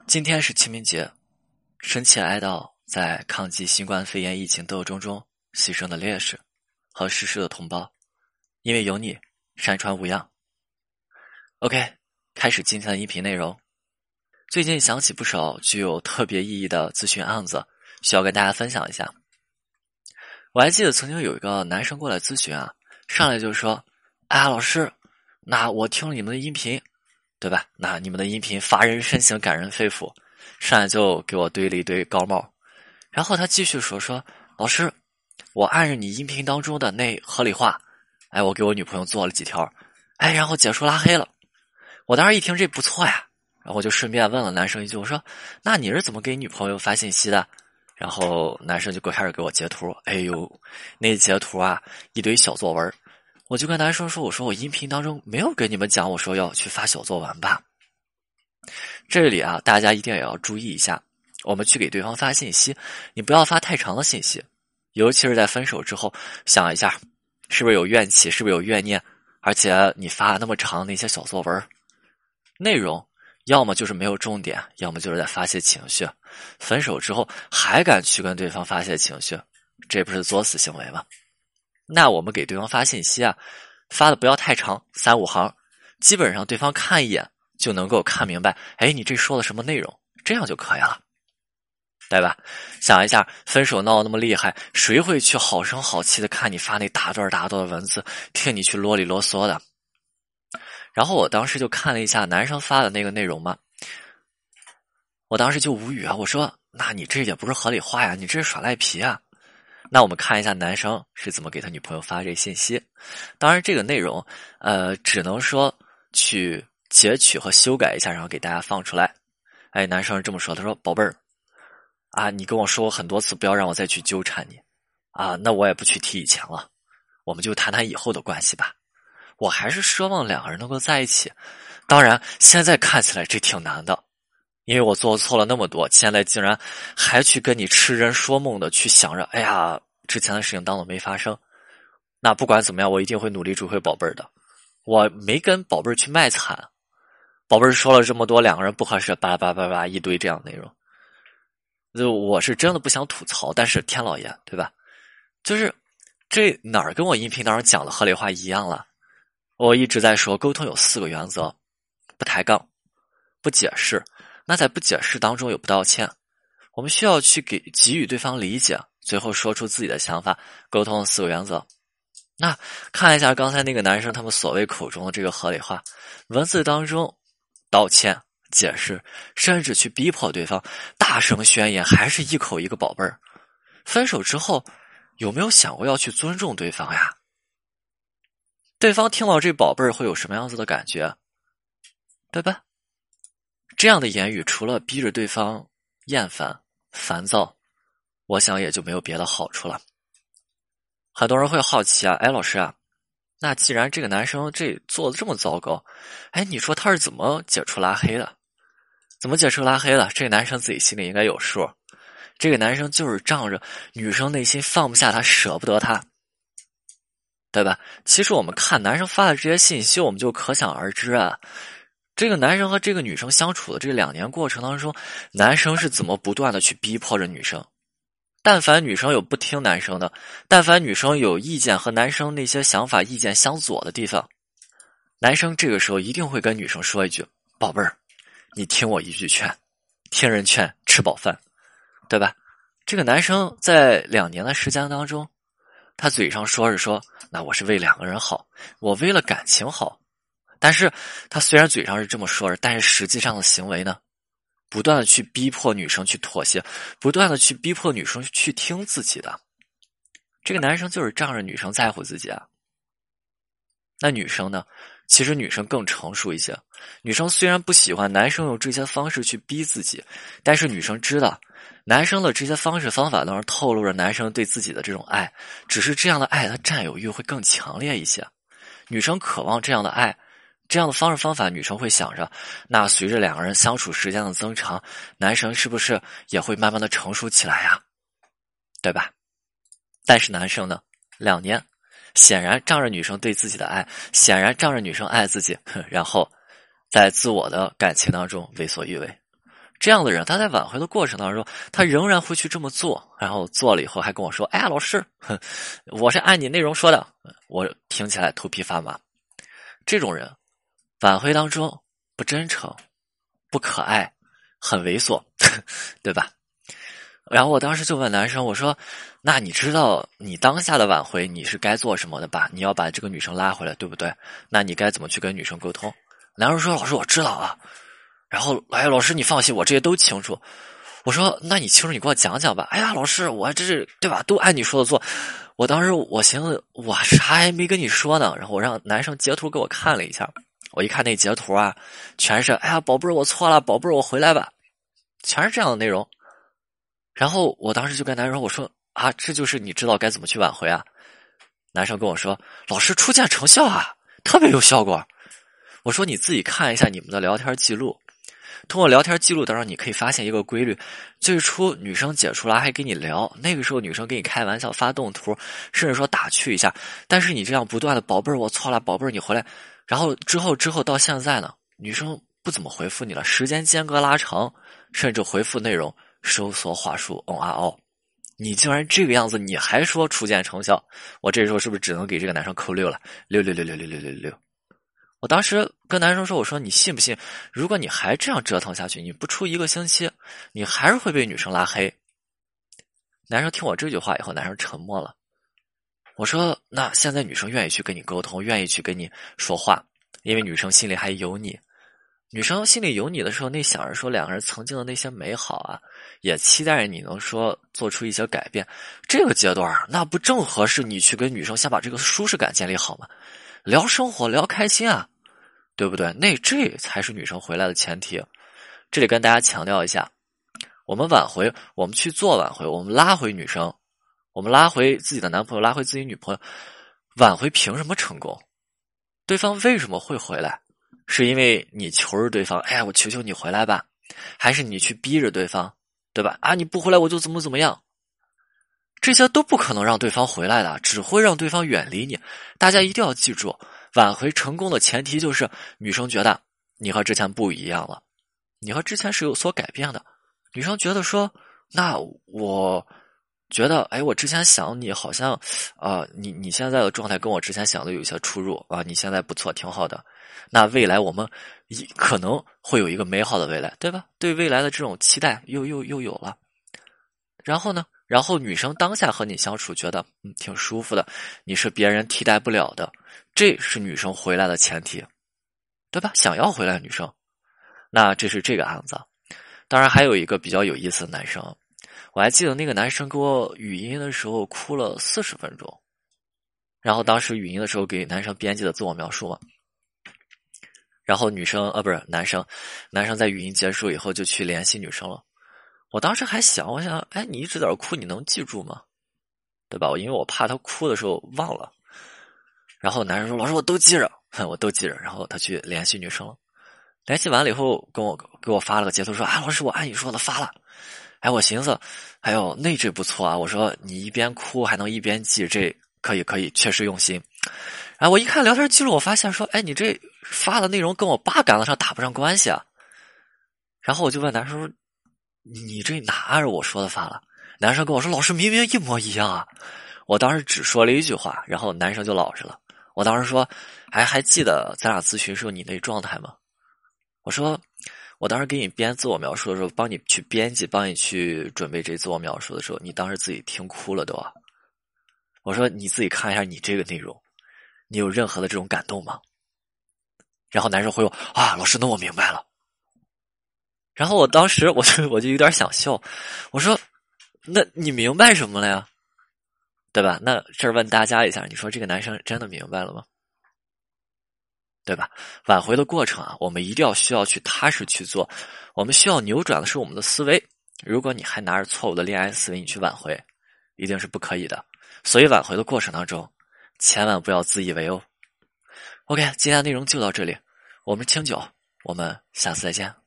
今天是清明节，深切哀悼在抗击新冠肺炎疫情斗争中牺牲的烈士和逝世的同胞，因为有你，山川无恙。OK， 开始今天的音频内容。最近想起不少具有特别意义的咨询案子，需要跟大家分享一下。我还记得曾经有一个男生过来咨询上来就说：“老师，那我听了你们的音频。”对吧？那你们的音频发人深省，感人肺腑，上来就给我堆了一堆高帽。然后他继续说，老师，我按着你音频当中的那合理化，我给我女朋友做了几条，然后解除拉黑了。我当时一听这不错呀，然后我就顺便问了男生一句，我说，那你是怎么给女朋友发信息的？然后男生就开始给我截图，那截图一堆小作文。我就跟男生说，我说我音频当中没有跟你们讲我说要去发小作文吧。这里大家一定也要注意一下，我们去给对方发信息，你不要发太长的信息，尤其是在分手之后，想一下是不是有怨气，是不是有怨念，而且你发那么长的一些小作文，内容要么就是没有重点，要么就是在发泄情绪，分手之后还敢去跟对方发泄情绪，这不是作死行为吗？那我们给对方发信息发的不要太长，3-5行，基本上对方看一眼就能够看明白，你这说的什么内容，这样就可以了，对吧？想一下，分手闹得那么厉害，谁会去好声好气的看你发那大段大段的文字，听你去啰里啰嗦的？然后我当时就看了一下男生发的那个内容嘛，我当时就无语我说，那你这也不是合理化呀，你这是耍赖皮啊。那我们看一下男生是怎么给他女朋友发这信息。当然这个内容只能说去截取和修改一下，然后给大家放出来。男生是这么说，他说，宝贝儿你跟我说过很多次不要让我再去纠缠你那我也不去提以前了，我们就谈谈以后的关系吧。我还是奢望两个人能够在一起，当然现在看起来这挺难的，因为我做错了那么多，现在竟然还去跟你痴人说梦的去想着，之前的事情当作没发生。那不管怎么样，我一定会努力追回宝贝儿的。我没跟宝贝儿去卖惨，宝贝儿说了这么多两个人不合适，巴拉巴拉巴拉一堆这样的内容。就我是真的不想吐槽，但是天老爷，对吧？就是这哪儿跟我音频当中讲的合理化一样了？我一直在说沟通有4个原则：不抬杠，不解释。那在不解释当中有不道歉，我们需要去给予对方理解，最后说出自己的想法。沟通的4个原则。那看一下刚才那个男生他们所谓口中的这个合理化，文字当中道歉、解释，甚至去逼迫对方大声宣言，还是一口一个宝贝儿。分手之后有没有想过要去尊重对方呀？对方听到这宝贝儿会有什么样子的感觉，对吧？这样的言语除了逼着对方厌烦、烦躁，我想也就没有别的好处了。很多人会好奇老师那既然这个男生这做的这么糟糕，你说他是怎么解除拉黑的？怎么解除拉黑的？这个男生自己心里应该有数。这个男生就是仗着女生内心放不下他，舍不得他，对吧？其实我们看男生发的这些信息，我们就可想而知这个男生和这个女生相处的这2年过程当中，男生是怎么不断的去逼迫着女生。但凡女生有不听男生的，但凡女生有意见和男生那些想法意见相左的地方，男生这个时候一定会跟女生说一句，宝贝儿，你听我一句劝，听人劝吃饱饭，对吧？这个男生在2年的时间当中，他嘴上说是说，那我是为2个人好，我为了感情好，但是他虽然嘴上是这么说着，但是实际上的行为呢，不断的去逼迫女生去妥协，不断的去逼迫女生去听自己的。这个男生就是仗着女生在乎自己那女生呢？其实女生更成熟一些。女生虽然不喜欢男生用这些方式去逼自己，但是女生知道，男生的这些方式方法当中透露着男生对自己的这种爱，只是这样的爱，他占有欲会更强烈一些。女生渴望这样的爱，这样的方式方法，女生会想着，那随着2个人相处时间的增长，男生是不是也会慢慢的成熟起来对吧？但是男生呢，2年，显然仗着女生对自己的爱，显然仗着女生爱自己，然后在自我的感情当中为所欲为， 这样的人，他在挽回的过程当中，他仍然会去这么做，然后做了以后还跟我说：“哎呀，老师，我是按你内容说的。”我听起来头皮发麻。这种人，挽回当中不真诚、不可爱、很猥琐，对吧？然后我当时就问男生，我说：“那你知道你当下的挽回你是该做什么的吧？你要把这个女生拉回来，对不对？那你该怎么去跟女生沟通？”男生说：“老师，我知道啊。”然后，哎，老师你放心，我这些都清楚。我说：“那你清楚，你给我讲讲吧。”哎呀，老师，我这是对吧？都按你说的做。我当时我寻思，我啥也没跟你说呢。然后我让男生截图给我看了一下，我一看那截图啊，全是哎呀，宝贝儿，我错了，宝贝儿，我回来吧，全是这样的内容。然后我当时就跟男生说：“我说啊，这就是你知道该怎么去挽回啊？”男生跟我说：“老师初见成效啊，特别有效果。”我说：“你自己看一下你们的聊天记录。”通过聊天记录当中，你可以发现一个规律：最初女生解除了还跟你聊，那个时候女生跟你开玩笑、发动图，甚至说打趣一下。但是你这样不断的“宝贝儿，我错了，宝贝儿，你回来”，然后之后到现在呢，女生不怎么回复你了，时间间隔拉长，甚至回复内容收缩话术你竟然这个样子，你还说初见成效？我这时候是不是只能给这个男生扣6了？6。我当时跟男生说：“我说你信不信？如果你还这样折腾下去，你不出1个星期，你还是会被女生拉黑。”男生听我这句话以后，男生沉默了。我说：“那现在女生愿意去跟你沟通，愿意去跟你说话，因为女生心里还有你。女生心里有你的时候，那想着说两个人曾经的那些美好啊，也期待着你能说做出一些改变。这个阶段那不正合适你去跟女生先把这个舒适感建立好吗？聊生活，聊开心啊。”对不对？那这才是女生回来的前提。这里跟大家强调一下，我们挽回，我们去做挽回，我们拉回女生，我们拉回自己的男朋友，拉回自己女朋友，挽回凭什么成功？对方为什么会回来？是因为你求着对方，哎呀，我求求你回来吧，还是你去逼着对方，对吧？啊，你不回来我就怎么样？这些都不可能让对方回来的，只会让对方远离你。大家一定要记住，挽回成功的前提就是女生觉得你和之前不一样了，你和之前是有所改变的。女生觉得说，那我觉得，哎，我之前想你好像，你现在的状态跟我之前想的有一些出入啊，你现在不错，挺好的。那未来我们可能会有一个美好的未来，对吧？对未来的这种期待又有了。然后呢？然后女生当下和你相处，觉得挺舒服的，你是别人替代不了的，这是女生回来的前提，对吧？想要回来的女生，那这是这个案子。当然还有一个比较有意思的男生，我还记得那个男生给我语音的时候哭了40分钟，然后当时语音的时候给男生编辑的自我描述嘛，然后女生不是男生在语音结束以后就去联系女生了。我当时还想，我想，哎，你一直在这哭，你能记住吗？对吧？因为我怕他哭的时候忘了。然后男生说：“老师，我都记着，我都记着。”然后他去联系女生了，联系完了以后，给我发了个截图，说：“啊，老师，我按你说的发了。”哎，我寻思，哎呦，那这不错啊！我说你一边哭还能一边记，这可以，确实用心。然后我一看聊天记录，我发现说：“哎，你这发的内容跟我爸赶得上打不上关系啊。”然后我就问男生说：“你这哪按我说的发了？”男生跟我说：“老师明明一模一样啊！”我当时只说了一句话，然后男生就老实了。我当时说：“还记得咱俩咨询时候你那状态吗？”我说：“我当时给你编自我描述的时候，帮你去编辑，帮你去准备这自我描述的时候，你当时自己听哭了都啊。”我说：“你自己看一下你这个内容，你有任何的这种感动吗？”然后男生回我：“啊，老师，那我明白了。”然后我当时我就有点想笑，我说：“那你明白什么了呀？对吧？那这儿问大家一下，你说这个男生真的明白了吗？对吧？挽回的过程啊，我们一定需要去踏实去做，我们需要扭转的是我们的思维。如果你还拿着错误的恋爱思维你去挽回，一定是不可以的。所以挽回的过程当中，千万不要自以为哦。OK， 今天的内容就到这里，我们清酒，我们下次再见。